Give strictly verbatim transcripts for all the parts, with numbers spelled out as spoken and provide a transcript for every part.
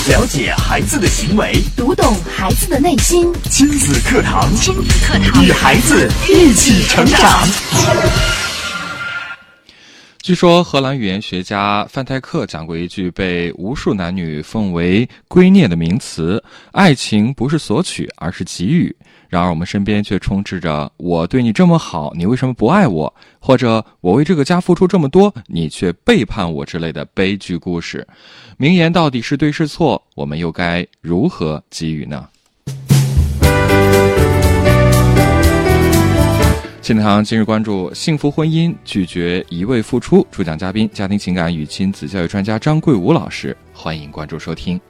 了解孩子的行为， 读懂孩子的内心。 亲子课堂， 亲子课堂， 与孩子一起成长。 据说荷兰语言学家范泰克讲过一句被无数男女奉为圭臬的名词：爱情不是索取，而是给予。然而我们身边却充斥着我对你这么好，你为什么不爱我？或者我为这个家付出这么多，你却背叛我之类的悲剧故事。名言到底是对是错？我们又该如何给予呢？亲子堂今日关注幸福婚姻拒绝一味付出，主讲嘉宾家庭情感与亲子教育专家张桂武老师，欢迎关注收听。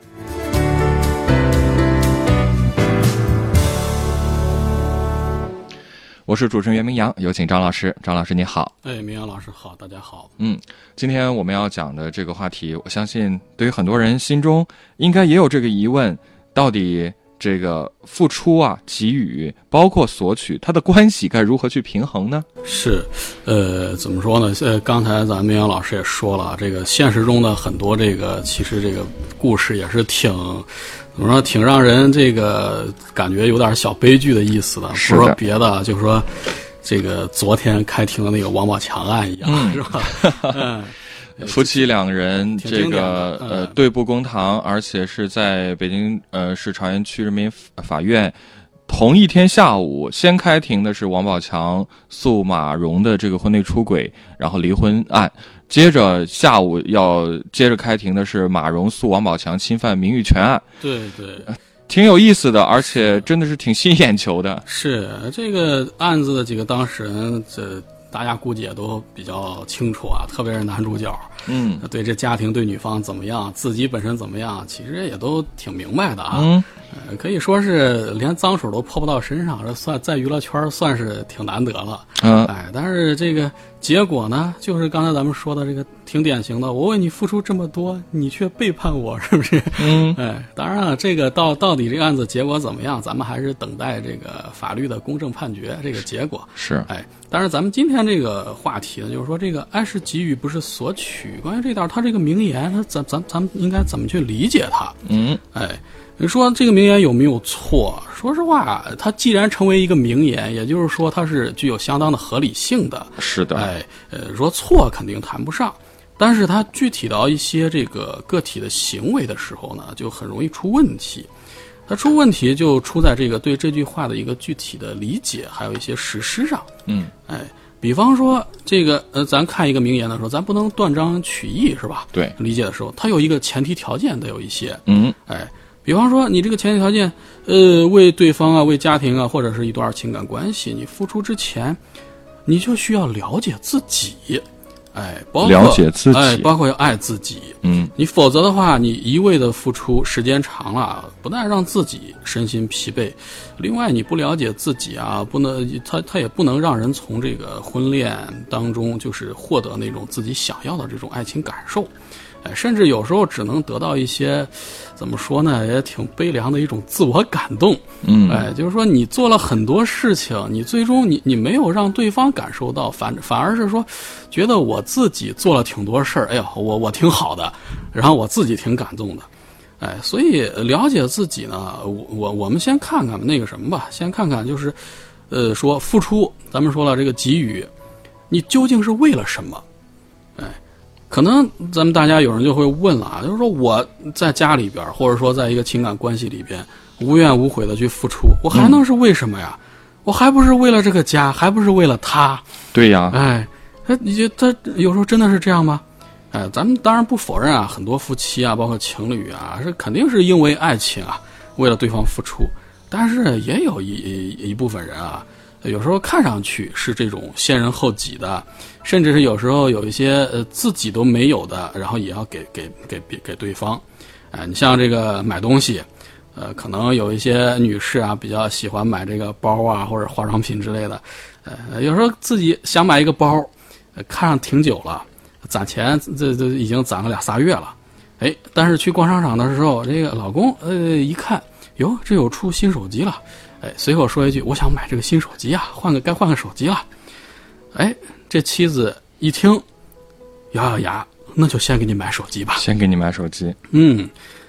我是主持人袁明阳，有请张老师。张老师你好。 哎，明阳老师好，大家好。 嗯，今天我们要讲的这个话题，我相信对于很多人心中应该也有这个疑问，到底这个付出啊、给予，包括索取，它的关系该如何去平衡呢？ 是，呃，怎么说呢？呃，刚才咱明阳老师也说了，这个现实中的很多这个，其实这个故事也是挺，怎么说，挺让人这个感觉有点小悲剧的意思的。不是说别的，就是说，这个昨天开庭的那个王宝强案一样，嗯、是吧？嗯。 夫妻两人这个呃对簿公堂，而且是在北京呃市朝阳区人民法院同一天下午，先开庭的是王宝强诉马蓉的这个婚内出轨，然后离婚案，接着下午要接着开庭的是马蓉诉王宝强侵犯名誉权案。 对对。 挺有意思的，而且真的是挺吸引眼球的。 是这个案子的几个当事人，这大家估计也都比较清楚啊，特别是男主角，嗯，对这家庭对女方怎么样，自己本身怎么样，其实也都挺明白的啊。嗯，呃、可以说是连脏水都泼不到身上，这算在娱乐圈算是挺难得了。嗯，哎，但是这个结果呢，就是刚才咱们说的这个挺典型的，我为你付出这么多，你却背叛我，是不是？嗯，哎，当然了，这个到到底这个案子结果怎么样，咱们还是等待这个法律的公正判决这个结果。 是， 哎，但是咱们今天这个话题呢，就是说这个爱是给予，不是索取。关于这点，他这个名言，他咱咱咱们应该怎么去理解它？嗯，哎。你说这个名言有没有错？说实话，它既然成为一个名言，也就是说它是具有相当的合理性的。 是的， 哎，呃，说错肯定谈不上，但是它具体到一些这个个体的行为的时候呢，就很容易出问题。它出问题就出在这个对这句话的一个具体的理解，还有一些实施上。嗯，哎。比方说，这个呃，咱看一个名言的时候，咱不能断章取义，是吧？ 对， 理解的时候，它有一个前提条件，得有一些。嗯，哎。比方说，你这个前提条件，呃，为对方啊，为家庭啊，或者是一段情感关系，你付出之前，你就需要了解自己，哎，包括了解自己， 哎，包括要爱自己，嗯，你否则的话，你一味的付出，时间长了，不但让自己身心疲惫，另外你不了解自己啊，不能，他他也不能让人从这个婚恋当中就是获得那种自己想要的这种爱情感受。哎，甚至有时候只能得到一些，怎么说呢，也挺悲凉的一种自我感动。嗯，哎，就是说你做了很多事情，你最终你你没有让对方感受到，反反而是说，觉得我自己做了挺多事儿，哎呀，我我挺好的，然后我自己挺感动的。哎，所以了解自己呢，我我我们先看看那个什么吧，先看看就是，呃，说付出，咱们说了这个给予，你究竟是为了什么？哎。可能咱们大家有人就会问了啊，就是说我在家里边，或者说在一个情感关系里边，无怨无悔的去付出，我还能是为什么呀？嗯、我还不是为了这个家，还不是为了他？ 对呀， 哎，他你觉得他有时候真的是这样吗？哎，咱们当然不否认啊，很多夫妻啊，包括情侣啊，是肯定是因为爱情啊，为了对方付出，但是也有一一部分人啊。有时候看上去是这种先人后己的，甚至是有时候有一些呃自己都没有的，然后也要给给给给给对方。哎、呃，你像这个买东西，呃，可能有一些女士啊比较喜欢买这个包啊或者化妆品之类的，呃，有时候自己想买一个包，呃、看上挺久了，攒钱这这已经攒了俩仨月了，哎，但是去逛商场的时候，这个老公呃一看，哟，这有出新手机了。哎，随口说一句，我想买这个新手机啊，换个该换个手机了。哎，这妻子一听，咬咬牙，那就先给你买手机吧。 先给你买手机。 嗯，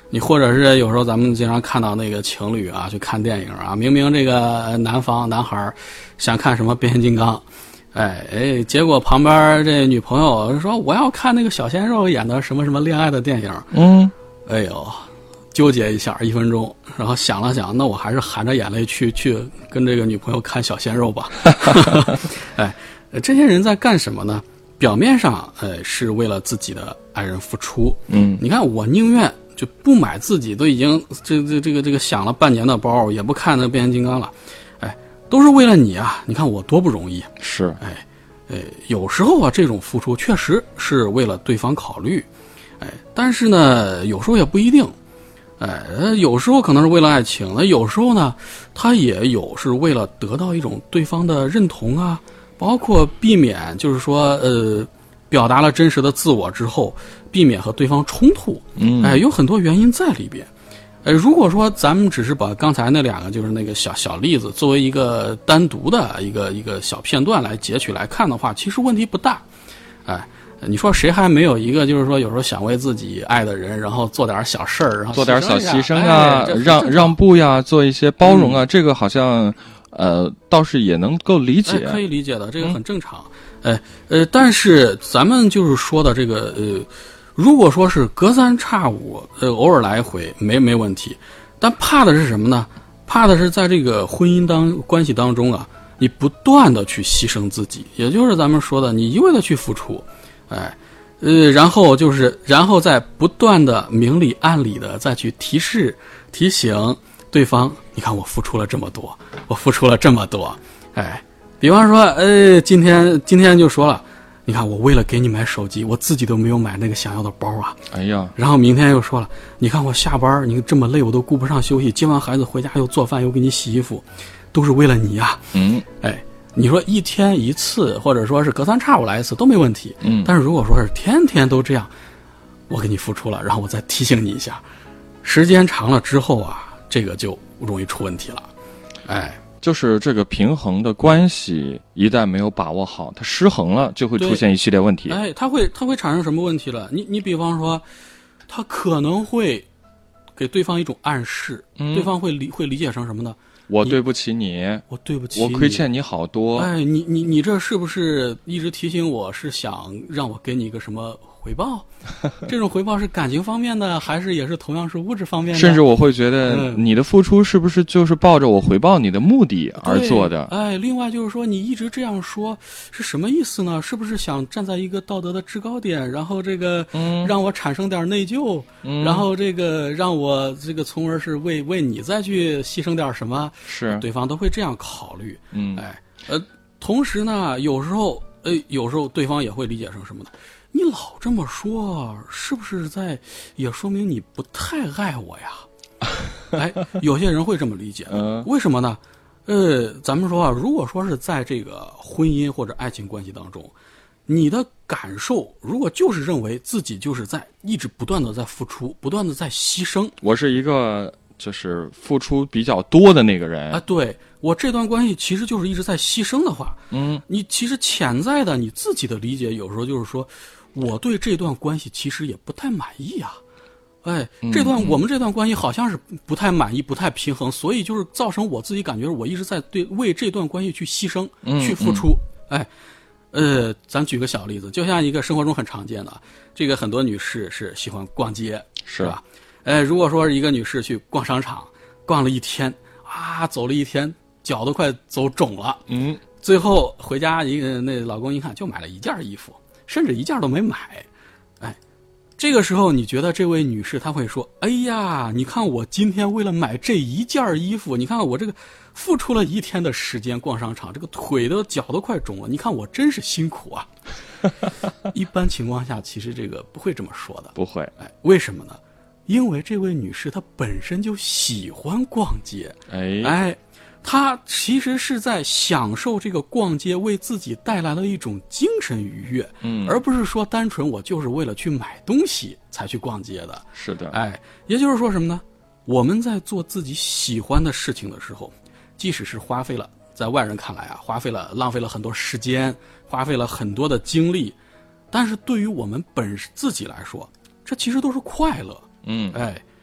你或者是有时候咱们经常看到那个情侣啊去看电影啊，明明这个男方男孩想看什么变形金刚，哎哎，结果旁边这女朋友说我要看那个小鲜肉演的什么什么恋爱的电影， 嗯， 哎呦，纠结一下一分钟，然后想了想，那我还是含着眼泪去去跟这个女朋友看小鲜肉吧。哎，这些人在干什么呢？表面上，呃，是为了自己的爱人付出。 嗯， 你看，我宁愿就不买自己都已经这这这个这个想了半年的包，也不看那变形金刚了，哎，都是为了你啊！你看我多不容易。 是， 哎，呃，有时候啊，这种付出确实是为了对方考虑，哎，但是呢，有时候也不一定。哎，有时候可能是为了爱情，那有时候呢，他也有是为了得到一种对方的认同啊，包括避免就是说，呃，表达了真实的自我之后，避免和对方冲突。 嗯， 哎，有很多原因在里边。哎，如果说咱们只是把刚才那两个就是那个小小例子作为一个单独的一个一个小片段来截取来看的话，其实问题不大。哎。你说谁还没有一个就是说有时候想为自己爱的人然后做点小事儿，然后做点小牺牲啊， 哎、 让让步呀，做一些包容啊， 嗯、 这个好像呃倒是也能够理解、 哎、可以理解的，这个很正常。嗯、哎呃，但是咱们就是说的这个呃，如果说是隔三差五呃偶尔来一回没没问题，但怕的是什么呢？怕的是在这个婚姻当关系当中啊，你不断的去牺牲自己，也就是咱们说的你一味的去付出。哎，呃，然后就是，然后再不断的明里暗里的再去提示、提醒对方，你看我付出了这么多，我付出了这么多，哎，比方说，呃，今天今天就说了，你看我为了给你买手机，我自己都没有买那个想要的包啊， 哎呀， 然后明天又说了，你看我下班，你这么累，我都顾不上休息，接完孩子回家又做饭又给你洗衣服，都是为了你呀， 嗯， 哎。你说一天一次，或者说是隔三差五来一次都没问题。 嗯， 但是如果说是天天都这样，我给你付出了，然后我再提醒你一下，时间长了之后啊，这个就容易出问题了。哎， 就是这个平衡的关系一旦没有把握好，它失衡了，就会出现一系列问题。 哎，它会它会产生什么问题了？你你比方说，他可能会给对方一种暗示， 嗯、 对方会理会理解成什么呢？ 我对不起你， 我对不起你， 我亏欠你好多。 哎，你你你这是不是一直提醒我是想让我给你一个什么回报？这种回报是感情方面的，还是也是同样是物质方面的？ 甚至我会觉得你的付出是不是就是抱着我回报你的目的而做的？ 哎，另外就是说，你一直这样说是什么意思呢？是不是想站在一个道德的制高点，然后这个、嗯、让我产生点内疚，嗯、然后这个让我这个从而是为为你再去牺牲点什么？ 是， 对方都会这样考虑。 嗯， 哎，呃，同时呢，有时候，呃，有时候对方也会理解成什么呢？你老这么说，是不是在也说明你不太爱我呀？哎，有些人会这么理解， 嗯， 为什么呢？呃，咱们说啊，如果说是在这个婚姻或者爱情关系当中，你的感受如果就是认为自己就是在一直不断的在付出，不断的在牺牲， 我是一个就是付出比较多的那个人啊，对，我这段关系其实就是一直在牺牲的话， 嗯， 你其实潜在的你自己的理解有时候就是说，我对这段关系其实也不太满意啊，哎，这段、嗯、我们这段关系好像是不太满意，不太平衡，所以就是造成我自己感觉我一直在对为这段关系去牺牲、 嗯、 去付出，哎，呃，咱举个小例子，就像一个生活中很常见的，这个很多女士是喜欢逛街，是吧？哎，如果说是一个女士去逛商场，逛了一天啊，走了一天，脚都快走肿了， 嗯， 最后回家一个那老公一看，就买了一件衣服，甚至一件都没买，哎，这个时候你觉得这位女士她会说，哎呀，你看我今天为了买这一件衣服，你看我这个付出了一天的时间逛商场，这个腿都脚都快肿了，你看我真是辛苦啊。一般情况下其实这个不会这么说的， 不会， 哎，为什么呢？因为这位女士她本身就喜欢逛街， 哎哎，她其实是在享受这个逛街为自己带来了一种精神愉悦， 嗯， 而不是说单纯我就是为了去买东西才去逛街的。 是的， 哎，也就是说什么呢？我们在做自己喜欢的事情的时候，即使是花费了，在外人看来啊，花费了浪费了很多时间，花费了很多的精力，但是对于我们本自己来说，这其实都是快乐。 嗯， 哎，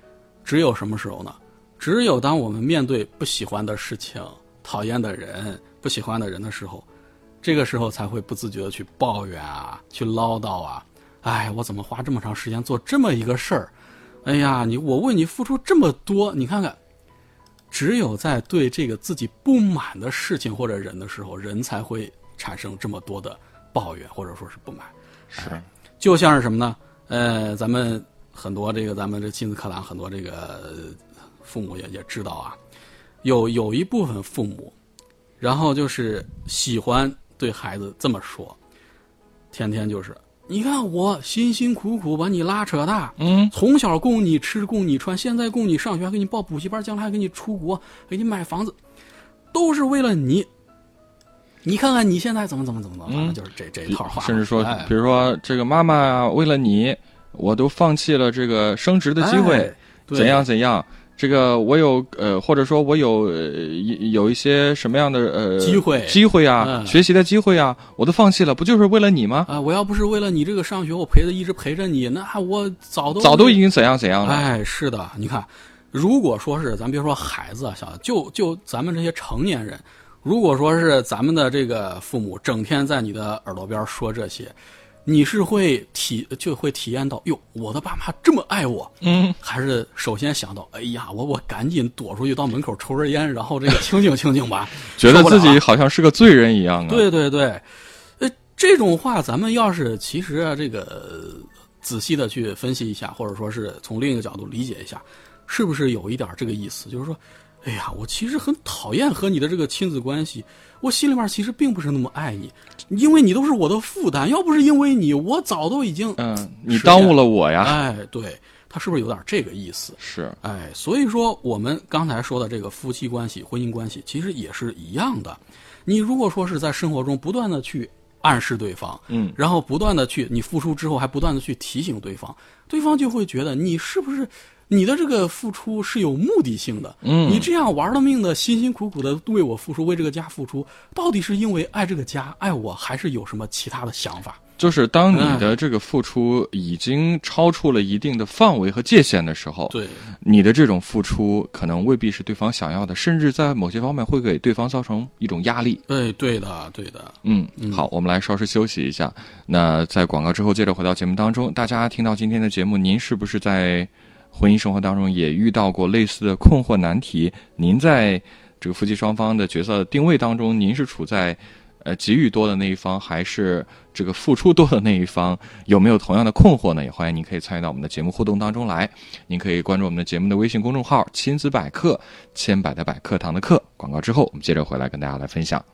只有什么时候呢？只有当我们面对不喜欢的事情、讨厌的人、不喜欢的人的时候，这个时候才会不自觉的去抱怨啊，去唠叨啊。哎，我怎么花这么长时间做这么一个事儿？哎呀，你我为你付出这么多，你看看。只有在对这个自己不满的事情或者人的时候，人才会产生这么多的抱怨或者说是不满。 是， 哎、就像是什么呢？呃，咱们很多这个咱们这亲子课堂很多这个父母也也知道啊，有有一部分父母，然后就是喜欢对孩子这么说，天天就是。你看我辛辛苦苦把你拉扯大， 嗯， 从小供你吃供你穿，现在供你上学，还给你报补习班，将来还给你出国，给你买房子，都是为了你。你看看你现在怎么怎么怎么怎么，反正就是这、嗯、这一套话。 甚至说， 哎、 比如说这个妈妈为了你，我都放弃了这个升职的机会， 哎、 怎样怎样。这个我有呃，或者说我有呃有一些什么样的呃机会机会啊、 嗯， 学习的机会啊，我都放弃了，不就是为了你吗？ 啊，我要不是为了你这个上学，我陪着一直陪着你，那我早都早都已经怎样怎样了。 哎，是的，你看，如果说是咱别说孩子啊，小就就咱们这些成年人，如果说是咱们的这个父母整天在你的耳朵边说这些。你是会体就会体验到，哟，我的爸妈这么爱我， 嗯， 还是首先想到，哎呀，我我赶紧躲出去到门口抽根烟，然后这个清静清静吧， 觉得自己好像是个罪人一样啊。 对对对，呃，这种话咱们要是其实啊，这个仔细的去分析一下，或者说是从另一个角度理解一下，是不是有一点这个意思？就是说，哎呀，我其实很讨厌和你的这个亲子关系。我心里面其实并不是那么爱你，因为你都是我的负担。要不是因为你，我早都已经嗯，你耽误了我呀。 哎，对，他是不是有点这个意思？ 是， 哎，所以说我们刚才说的这个夫妻关系、婚姻关系，其实也是一样的。你如果说是在生活中不断的去暗示对方， 嗯， 然后不断的去你付出之后还不断的去提醒对方，对方就会觉得你是不是。你的这个付出是有目的性的， 嗯， 你这样玩了命的、辛辛苦苦的为我付出，为这个家付出，到底是因为爱这个家、爱我，还是有什么其他的想法？ 就是当你的这个付出已经超出了一定的范围和界限的时候， 对， 你的这种付出可能未必是对方想要的，甚至在某些方面会给对方造成一种压力。 对，对的，对的。 嗯，好，我们来稍事休息一下。那在广告之后，接着回到节目当中。大家听到今天的节目，您是不是在婚姻生活当中也遇到过类似的困惑难题？您在这个夫妻双方的角色定位当中，您是处在呃给予多的那一方，还是这个付出多的那一方？有没有同样的困惑呢？也欢迎您可以参与到我们的节目互动当中来。您可以关注我们的节目的微信公众号“亲子百科”，千百的百课堂的课。广告之后，我们接着回来跟大家来分享。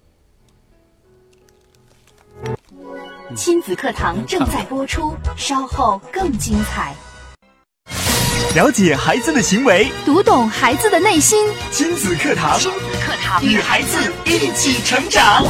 亲子课堂正在播出，稍后更精彩。 了解孩子的行为， 读懂孩子的内心。 亲子课堂， 亲子课堂， 与孩子一起成长。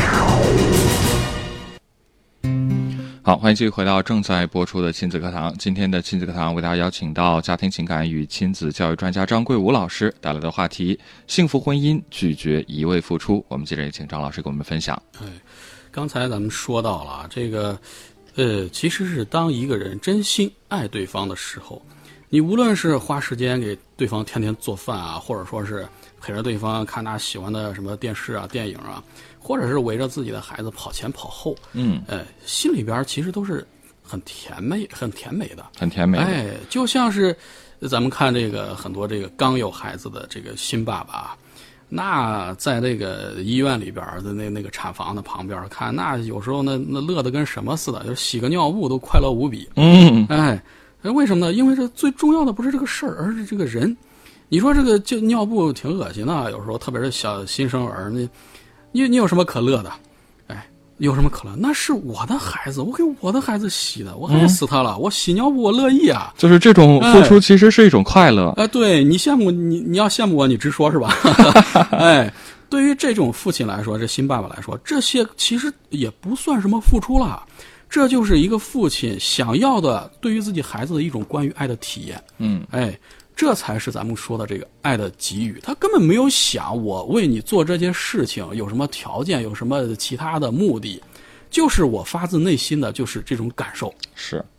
好，欢迎继续回到正在播出的亲子课堂。今天的亲子课堂为大家邀请到家庭情感与亲子教育专家张桂武老师带来的话题：幸福婚姻拒绝一味付出。我们接着也请张老师给我们分享。 对，刚才咱们说到了这个，呃，其实是当一个人真心爱对方的时候。你无论是花时间给对方天天做饭啊，或者说是陪着对方看他喜欢的什么电视啊、电影啊，或者是围着自己的孩子跑前跑后， 嗯， 呃，心里边其实都是很甜美、很甜美的， 很甜美的。 哎，就像是咱们看这个很多这个刚有孩子的这个新爸爸啊，那在这个医院里边的那那个产房的旁边看，那有时候那那乐得跟什么似的，就洗个尿布都快乐无比。 嗯， 哎。为什么呢？因为这最重要的不是这个事儿，而是这个人。你说这个就尿布挺恶心的，有时候特别是小新生儿，你你你有什么可乐的？哎，有什么可乐？那是我的孩子，我给我的孩子洗的，我爱死他了，嗯、我洗尿布我乐意啊。 就是这种付出其实是一种快乐。 哎，哎对你羡慕你你要羡慕我，你直说是吧？哎，对于这种父亲来说，这新爸爸来说，这些其实也不算什么付出了。这就是一个父亲想要的对于自己孩子的一种关于爱的体验。 嗯， 哎，这才是咱们说的这个爱的给予。他根本没有想我为你做这件事情有什么条件，有什么其他的目的，就是我发自内心的就是这种感受。 是，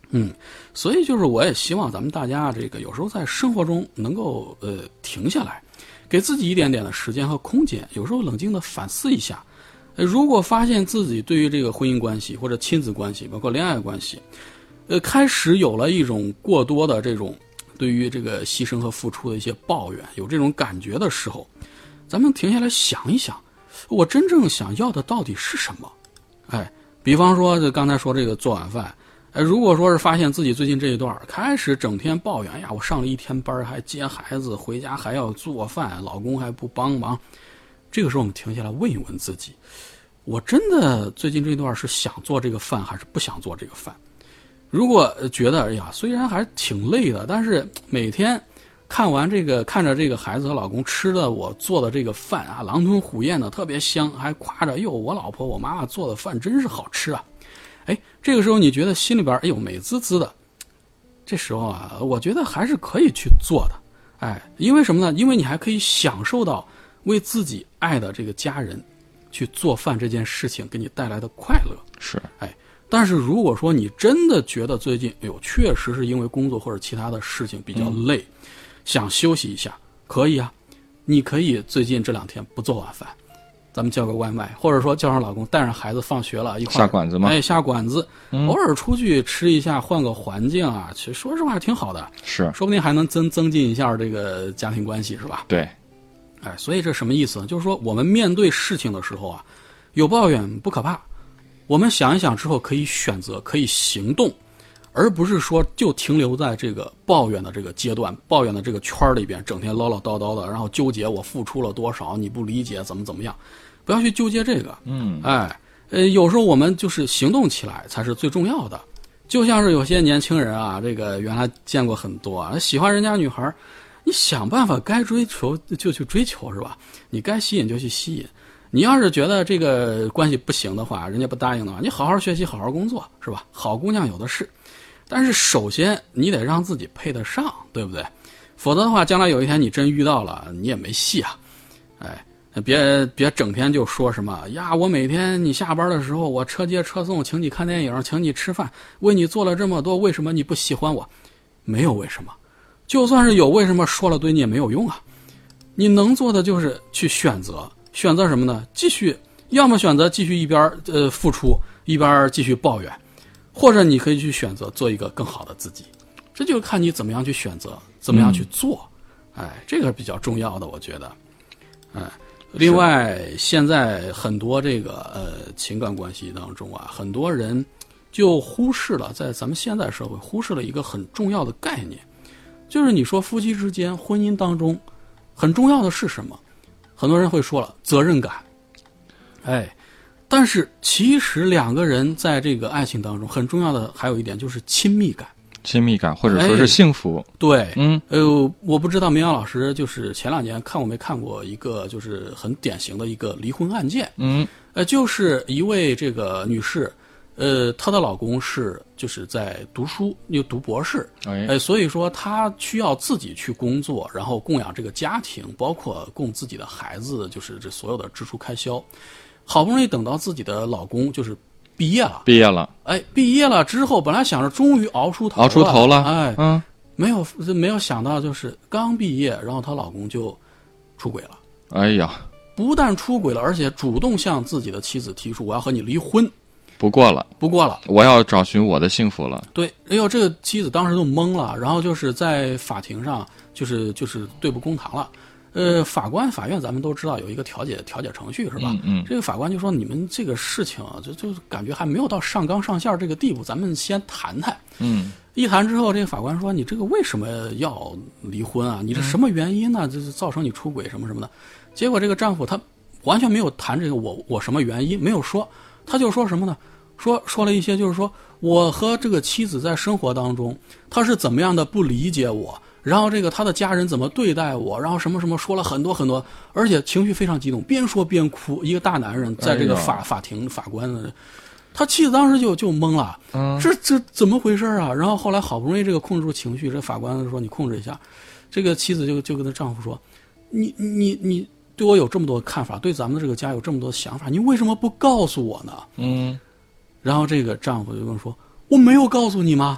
嗯，所以就是我也希望咱们大家这个有时候在生活中能够呃停下来，给自己一点点的时间和空间，有时候冷静的反思一下。呃，如果发现自己对于这个婚姻关系或者亲子关系，包括恋爱关系，呃，开始有了一种过多的这种对于这个牺牲和付出的一些抱怨，有这种感觉的时候，咱们停下来想一想，我真正想要的到底是什么？哎，比方说就刚才说这个做晚饭。哎，如果说是发现自己最近这一段开始整天抱怨，哎呀，我上了一天班还接孩子，回家还要做饭，老公还不帮忙，这个时候我们停下来问一问自己，我真的最近这一段是想做这个饭还是不想做这个饭？如果觉得哎呀，虽然还挺累的，但是每天看完这个看着这个孩子和老公吃的我做的这个饭啊，狼吞虎咽的特别香，还夸着哟，我老婆我妈妈做的饭真是好吃啊。哎，这个时候你觉得心里边哎呦美滋滋的，这时候啊，我觉得还是可以去做的。哎，因为什么呢？因为你还可以享受到为自己爱的这个家人去做饭这件事情给你带来的快乐。 是， 哎，但是如果说你真的觉得最近哎呦确实是因为工作或者其他的事情比较累，嗯、想休息一下，可以啊，你可以最近这两天不做晚饭。咱们叫个外卖，或者说叫上老公带上孩子放学了一块下馆子吗？ 哎，下馆子、嗯，偶尔出去吃一下，换个环境啊，其实说实话挺好的， 是， 说不定还能增增进一下这个家庭关系，是吧？ 对， 哎，所以这什么意思呢？就是说我们面对事情的时候啊，有抱怨不可怕，我们想一想之后可以选择，可以行动，而不是说就停留在这个抱怨的这个阶段，抱怨的这个圈里边，整天唠唠叨叨的，然后纠结我付出了多少，你不理解怎么怎么样。不要去纠结这个， 嗯， 哎，呃，有时候我们就是行动起来才是最重要的。就像是有些年轻人啊，这个原来见过很多啊，喜欢人家女孩，你想办法该追求就去追求，是吧？你该吸引就去吸引。你要是觉得这个关系不行的话，人家不答应的话，你好好学习，好好工作，是吧？好姑娘有的是。但是首先你得让自己配得上，对不对？否则的话，将来有一天你真遇到了，你也没戏啊，哎。别别整天就说什么呀！我每天你下班的时候，我车接车送，请你看电影，请你吃饭，为你做了这么多，为什么你不喜欢我？没有为什么，就算是有为什么，说了对你也没有用啊。你能做的就是去选择，选择什么呢？继续，要么选择继续一边呃付出，一边继续抱怨，或者你可以去选择做一个更好的自己。这就看你怎么样去选择，怎么样去做。嗯、哎，这个比较重要的，我觉得，哎。另外，现在很多这个呃情感关系当中啊，很多人就忽视了，在咱们现在社会忽视了一个很重要的概念，就是你说夫妻之间、婚姻当中很重要的是什么？很多人会说了责任感，哎，但是其实两个人在这个爱情当中很重要的还有一点就是亲密感。 亲密感，或者说是幸福。 哎、对， 嗯， 呃，我不知道明阳老师就是前两年看过没看过一个就是很典型的一个离婚案件。 嗯， 呃，就是一位这个女士，呃，她的老公是就是在读书，又读博士， 哎， 呃，所以说她需要自己去工作，然后供养这个家庭，包括供自己的孩子，就是这所有的支出开销。好不容易等到自己的老公就是。毕业了， 毕业了， 哎，毕业了之后，本来想着终于熬出头了， 熬出头了， 哎， 嗯， 没有没有想到，就是刚毕业，然后她老公就出轨了。 哎呀， 不但出轨了，而且主动向自己的妻子提出我要和你离婚。 不过了， 不过了， 我要找寻我的幸福了。 对，哎呦，这个妻子当时都懵了，然后就是在法庭上，就是就是对簿公堂了。呃，法官、法院咱们都知道有一个调解调解程序，是吧？ 嗯嗯。 这个法官就说：“你们这个事情啊，就就感觉还没有到上纲上线这个地步，咱们先谈谈。” 嗯。 一谈之后，这个法官说：“你这个为什么要离婚啊？你这什么原因呢？就是造成你出轨什么什么的。”结果这个丈夫他完全没有谈这个我我什么原因，没有说，他就说什么呢？说说了一些，就是说我和这个妻子在生活当中，他是怎么样的不理解我。然后这个他的家人怎么对待我，然后什么什么说了很多很多，而且情绪非常激动，边说边哭。一个大男人在这个法、哎、法庭法官的，他妻子当时就就懵了， 嗯， 这这怎么回事啊？然后后来好不容易这个控制住情绪，这法官说你控制一下，这个妻子就就跟她丈夫说，你你你对我有这么多看法，对咱们的这个家有这么多想法，你为什么不告诉我呢？ 嗯， 然后这个丈夫就跟说，我没有告诉你吗？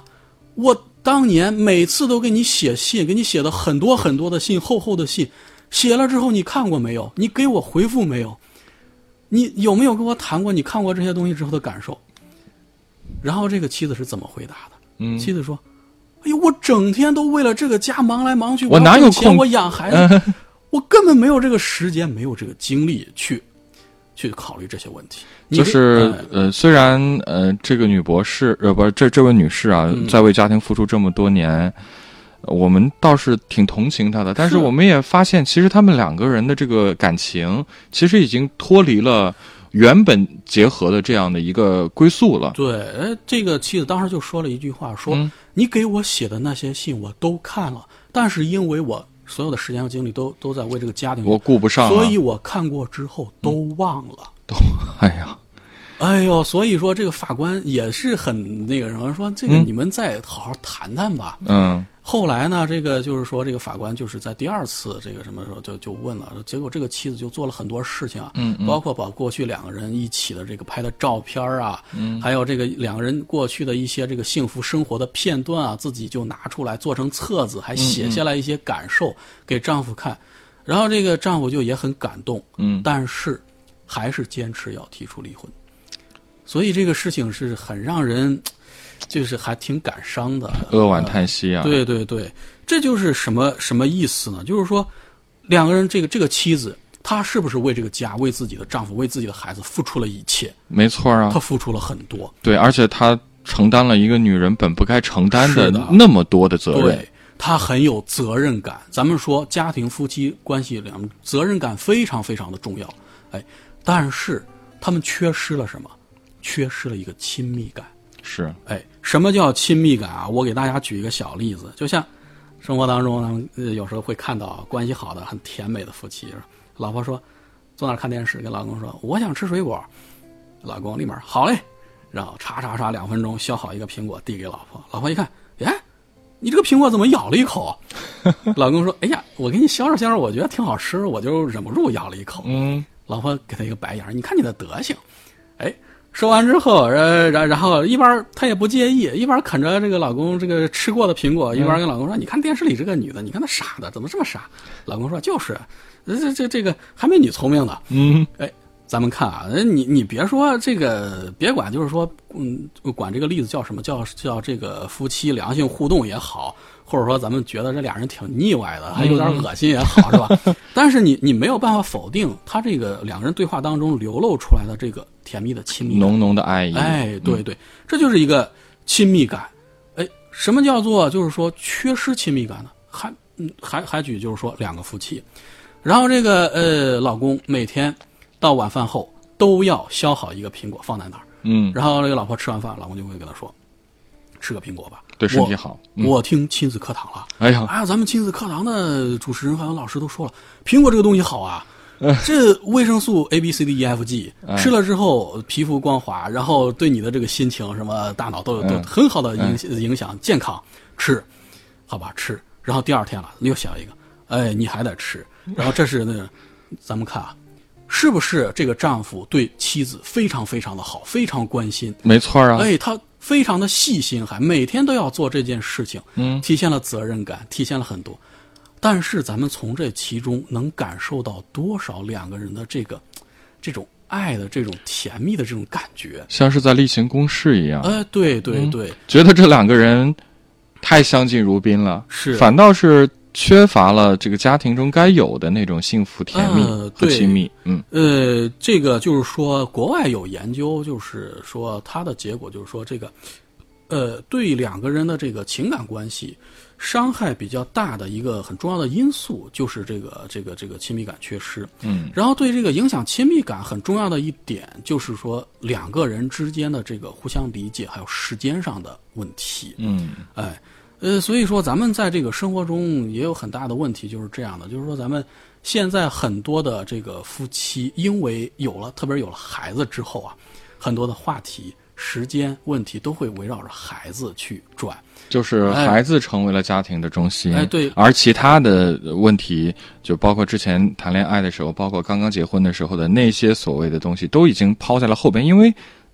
我当年每次都给你写信，给你写的很多很多的信，厚厚的信，写了之后你看过没有？你给我回复没有？你有没有跟我谈过你看过这些东西之后的感受？然后这个妻子是怎么回答的？嗯，妻子说：“哎呦，我整天都为了这个家忙来忙去， 我哪有空？ 我养孩子，嗯、我根本没有这个时间，没有这个精力去去考虑这些问题。” 就是呃，虽然呃，这个女博士呃，不是这这位女士啊， 嗯、 在为家庭付出这么多年。我们倒是挺同情他的，但是我们也发现，其实他们两个人的这个感情，其实已经脱离了原本结合的这样的一个归宿了。 对，这个妻子当时就说了一句话，说：“嗯、你给我写的那些信我都看了，但是因为我所有的时间和精力都都在为这个家庭， 我顾不上了， 所以我看过之后都忘了。嗯” 都，哎呀。 哎呦，所以说这个法官也是很那个什么，说这个你们再好好谈谈吧。 嗯。 后来呢，这个就是说，这个法官就是在第二次这个什么时候就就问了，结果这个妻子就做了很多事情啊， 嗯，嗯包括把过去两个人一起的这个拍的照片啊，嗯，还有这个两个人过去的一些这个幸福生活的片段啊，自己就拿出来做成册子，还写下来一些感受给丈夫看，嗯嗯然后这个丈夫就也很感动，嗯，但是还是坚持要提出离婚。所以这个事情是很让人，就是还挺感伤的， 扼腕叹息啊！ 对对对，这就是什么什么意思呢？就是说，两个人这个这个妻子，她是不是为这个家、为自己的丈夫、为自己的孩子付出了一切？ 没错啊， 她付出了很多。 对，而且她承担了一个女人本不该承担的那么多的责任。 对，她很有责任感。咱们说家庭夫妻关系两责任感非常非常的重要。哎，但是他们缺失了什么？缺失了一个亲密感。 是， 哎，什么叫亲密感啊？我给大家举一个小例子，就像生活当中，咱们、呃、有时候会看到关系好的、很甜美的夫妻，老婆说坐那儿看电视，跟老公说我想吃水果，老公立马好嘞，然后叉叉叉两分钟削好一个苹果递给老婆，老婆一看，哎，你这个苹果怎么咬了一口？老公说，哎呀，我给你削着削着，我觉得挺好吃，我就忍不住咬了一口。嗯，老婆给他一个白眼，你看你的德行，哎。说完之后，呃，然然后一边她也不介意，一边啃着这个老公这个吃过的苹果，一边跟老公说：“你看电视里这个女的，你看她傻的，怎么这么傻？”老公说：“就是，这这这个还没你聪明呢。”嗯，哎，咱们看啊，你你别说这个，别管就是说，嗯，管这个例子叫什么叫叫这个夫妻良性互动也好，或者说咱们觉得这俩人挺腻歪的，还有点恶心也好，是吧？但是你你没有办法否定他这个两个人对话当中流露出来的这个甜蜜的亲密感， 浓浓的爱意。 哎，对对，嗯、这就是一个亲密感。哎，什么叫做就是说缺失亲密感呢？还嗯还还举就是说两个夫妻，然后这个呃老公每天到晚饭后都要削好一个苹果放在那儿，嗯，然后这个老婆吃完饭，老公就会跟他说，吃个苹果吧。 对身体好、 嗯。我听亲子课堂了。 哎呀， 哎呀，咱们亲子课堂的主持人还有老师都说了，苹果这个东西好啊，这维生素 A B C D E F G、哎、吃了之后皮肤光滑，然后对你的这个心情什么大脑都有、嗯、都很好的影、嗯、影响健康。吃，好吧，吃。然后第二天了又想一个，哎，你还得吃。然后这是那个，咱们看啊，是不是这个丈夫对妻子非常非常的好，非常关心？ 没错啊。 哎，他。非常的细心，还每天都要做这件事情，嗯，体现了责任感，体现了很多。但是咱们从这其中能感受到多少两个人的这个这种爱的这种甜蜜的这种感觉， 像是在例行公事一样。 哎，对对对、嗯， 觉得这两个人太相敬如宾了， 是， 反倒是缺乏了这个家庭中该有的那种幸福、甜蜜和亲密。 呃、嗯，呃，这个就是说，国外有研究，就是说它的结果就是说，这个，呃，对两个人的这个情感关系伤害比较大的一个很重要的因素，就是这个这个这个亲密感缺失。嗯，然后对这个影响亲密感很重要的一点，就是说两个人之间的这个互相理解，还有时间上的问题。嗯，哎。呃，所以说咱们在这个生活中也有很大的问题，就是这样的，就是说咱们现在很多的这个夫妻，因为有了特别有了孩子之后啊，很多的话题、时间问题都会围绕着孩子去转， 就是孩子成为了家庭的中心。 哎，对， 而其他的问题，就包括之前谈恋爱的时候，包括刚刚结婚的时候的那些所谓的东西，都已经抛在了后边，因为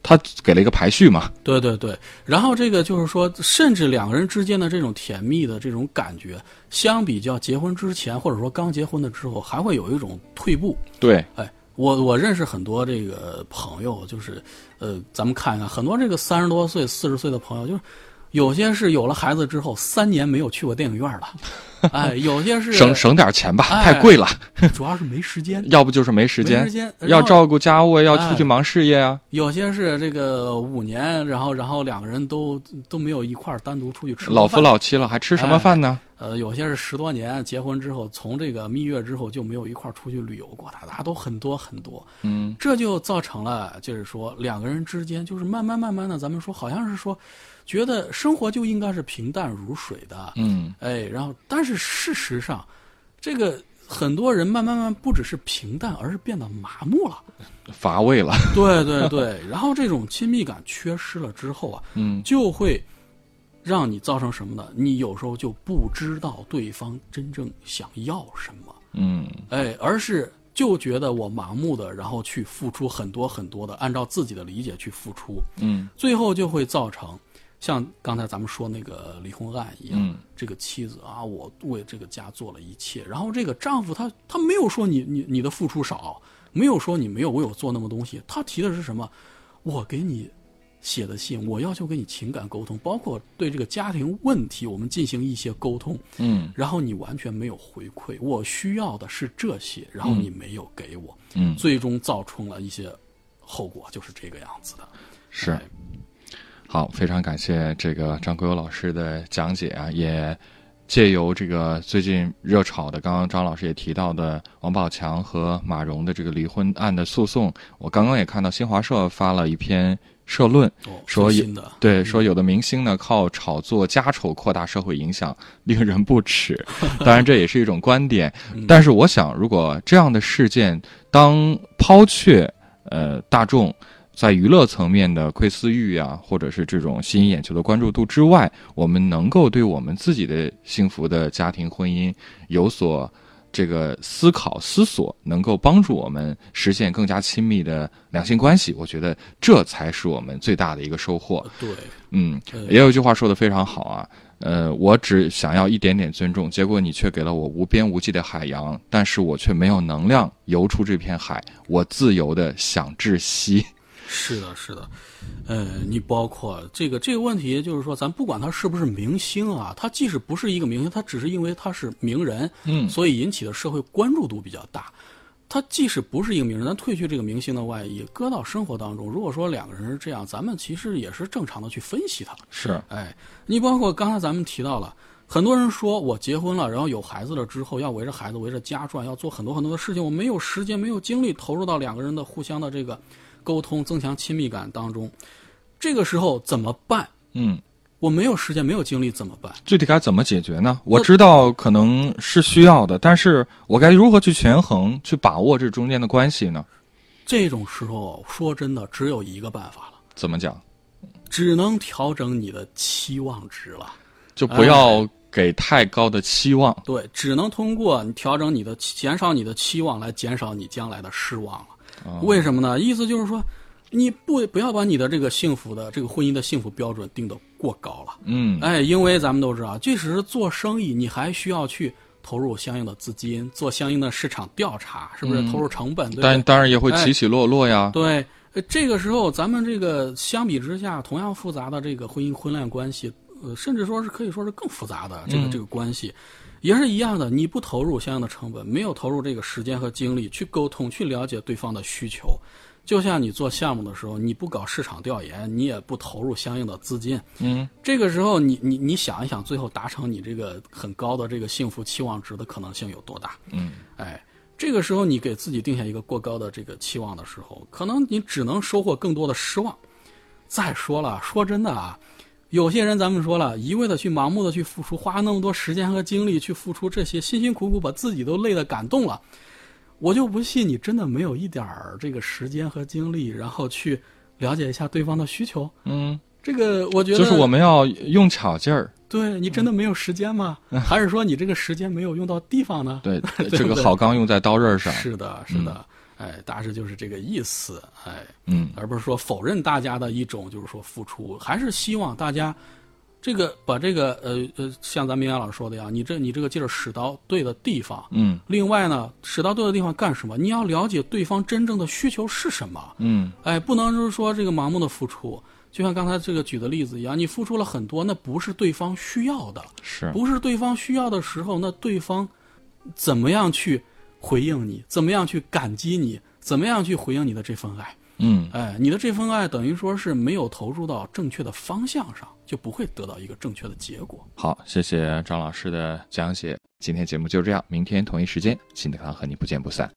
他给了一个排序嘛。 对对对，然后这个就是说，甚至两个人之间的这种甜蜜的这种感觉，相比较结婚之前或者说刚结婚的之后，还会有一种退步。 对， 哎，我我认识很多这个朋友，就是呃，咱们看一看，很多这个三十多岁、四十岁的朋友，就是有些是有了孩子之后三年没有去过电影院了。哎，有些是省省点钱吧， 哎、 太贵了， 主要是没时间， 要不就是没时间， 没时间要照顾家务，要出去忙事业啊。 哎、有些是这个五年，然后然后两个人都都没有一块单独出去吃， 老夫老妻了，还吃什么饭呢？ 哎、呃，有些是十多年结婚之后，从这个蜜月之后就没有一块出去旅游过，大家都很多很多。 嗯， 这就造成了，就是说两个人之间，就是慢慢慢慢的，咱们说好像是说。觉得生活就应该是平淡如水的， 嗯， 哎，然后但是事实上，这个很多人慢慢慢不只是平淡，而是变得麻木了， 乏味了。 对对对，然后这种亲密感缺失了之后啊， 嗯， 就会让你造成什么呢？你有时候就不知道对方真正想要什么， 嗯， 哎，而是就觉得我盲目的，然后去付出很多很多的，按照自己的理解去付出， 嗯， 最后就会造成。像刚才咱们说那个离婚案一样， 嗯、 这个妻子啊，我为这个家做了一切，然后这个丈夫他他没有说你你你的付出少，没有说你没有为我做那么东西，他提的是什么？我给你写的信，我要求跟你情感沟通，包括对这个家庭问题我们进行一些沟通， 嗯， 然后你完全没有回馈，我需要的是这些，然后你没有给我， 嗯， 最终造成了一些后果，就是这个样子的， 是。 哎好，非常感谢这个张国友老师的讲解啊，也借由这个最近热炒的，刚刚张老师也提到的王宝强和马蓉的这个离婚案的诉讼，我刚刚也看到新华社发了一篇社论， 哦、 说新的对说有的明星呢靠炒作家丑扩大社会影响，令人不齿。当然这也是一种观点，但是我想，如果这样的事件当抛却呃大众。在娱乐层面的窥私欲啊，或者是这种吸引眼球的关注度之外，我们能够对我们自己的幸福的家庭婚姻有所这个思考思索，能够帮助我们实现更加亲密的两性关系，我觉得这才是我们最大的一个收获。 对， 嗯，也有一句话说得非常好啊，呃，我只想要一点点尊重，结果你却给了我无边无际的海洋，但是我却没有能量游出这片海，我自由的想窒息。 是的，是的，呃，你包括这个这个问题，就是说，咱不管他是不是明星啊，他即使不是一个明星，他只是因为他是名人， 嗯， 所以引起的社会关注度比较大。他即使不是一个名人，咱褪去这个明星的外衣，搁到生活当中，如果说两个人是这样，咱们其实也是正常的去分析他。 是， 哎，你包括刚才咱们提到了。很多人说我结婚了，然后有孩子了之后，要围着孩子围着家转，要做很多很多的事情，我没有时间没有精力投入到两个人的互相的这个沟通增强亲密感当中，这个时候怎么办？ 嗯， 我没有时间没有精力怎么办？ 具体该怎么解决呢？我知道可能是需要的，但是我该如何去权衡去把握这中间的关系呢？ 这种时候说真的只有一个办法了。 怎么讲？ 只能调整你的期望值了， 就不要给太高的期望。 哎、对，只能通过你调整你的减少你的期望来减少你将来的失望了。哦、为什么呢？意思就是说，你不不要把你的这个幸福的这个婚姻的幸福标准定得过高了。 嗯， 哎，因为咱们都知道，即使是做生意，你还需要去投入相应的资金，做相应的市场调查，是不是？嗯、投入成本，对不对？ 但当然也会起起落落呀。 哎、对。这个时候，咱们这个相比之下，同样复杂的这个婚姻婚恋关系，呃，甚至说是可以说是更复杂的这个、嗯、这个关系，也是一样的。你不投入相应的成本，没有投入这个时间和精力去沟通、去了解对方的需求，就像你做项目的时候，你不搞市场调研，你也不投入相应的资金， 嗯， 这个时候你你你想一想，最后达成你这个很高的这个幸福期望值的可能性有多大？ 嗯， 哎。这个时候你给自己定下一个过高的这个期望的时候，可能你只能收获更多的失望。再说了，说真的啊，有些人咱们说了，一味的去盲目的去付出，花那么多时间和精力去付出这些，辛辛苦苦把自己都累得感动了，我就不信你真的没有一点这个时间和精力，然后去了解一下对方的需求。 嗯， 这个我觉得就是我们要用巧劲儿。 对，你真的没有时间吗？嗯、还是说你这个时间没有用到地方呢？ 对，这个好钢用在刀刃上。 是的，是的。 哎，大致就是这个意思，哎， 嗯， 而不是说否认大家的一种就是说付出，还是希望大家这个把这个呃呃，像咱明阳老师说的呀，你这你这个劲儿使到对的地方， 嗯， 另外呢，使到对的地方干什么？你要了解对方真正的需求是什么， 嗯， 哎，不能就是说这个盲目的付出。就像刚才这个举的例子一样，你付出了很多，那不是对方需要的， 是不是对方需要的时候，那对方怎么样去回应你？怎么样去感激你？怎么样去回应你的这份爱？ 嗯， 哎，你的这份爱等于说是没有投入到正确的方向上，就不会得到一个正确的结果。 好，谢谢张老师的讲解。今天节目就这样，明天同一时间，亲子课堂和你不见不散。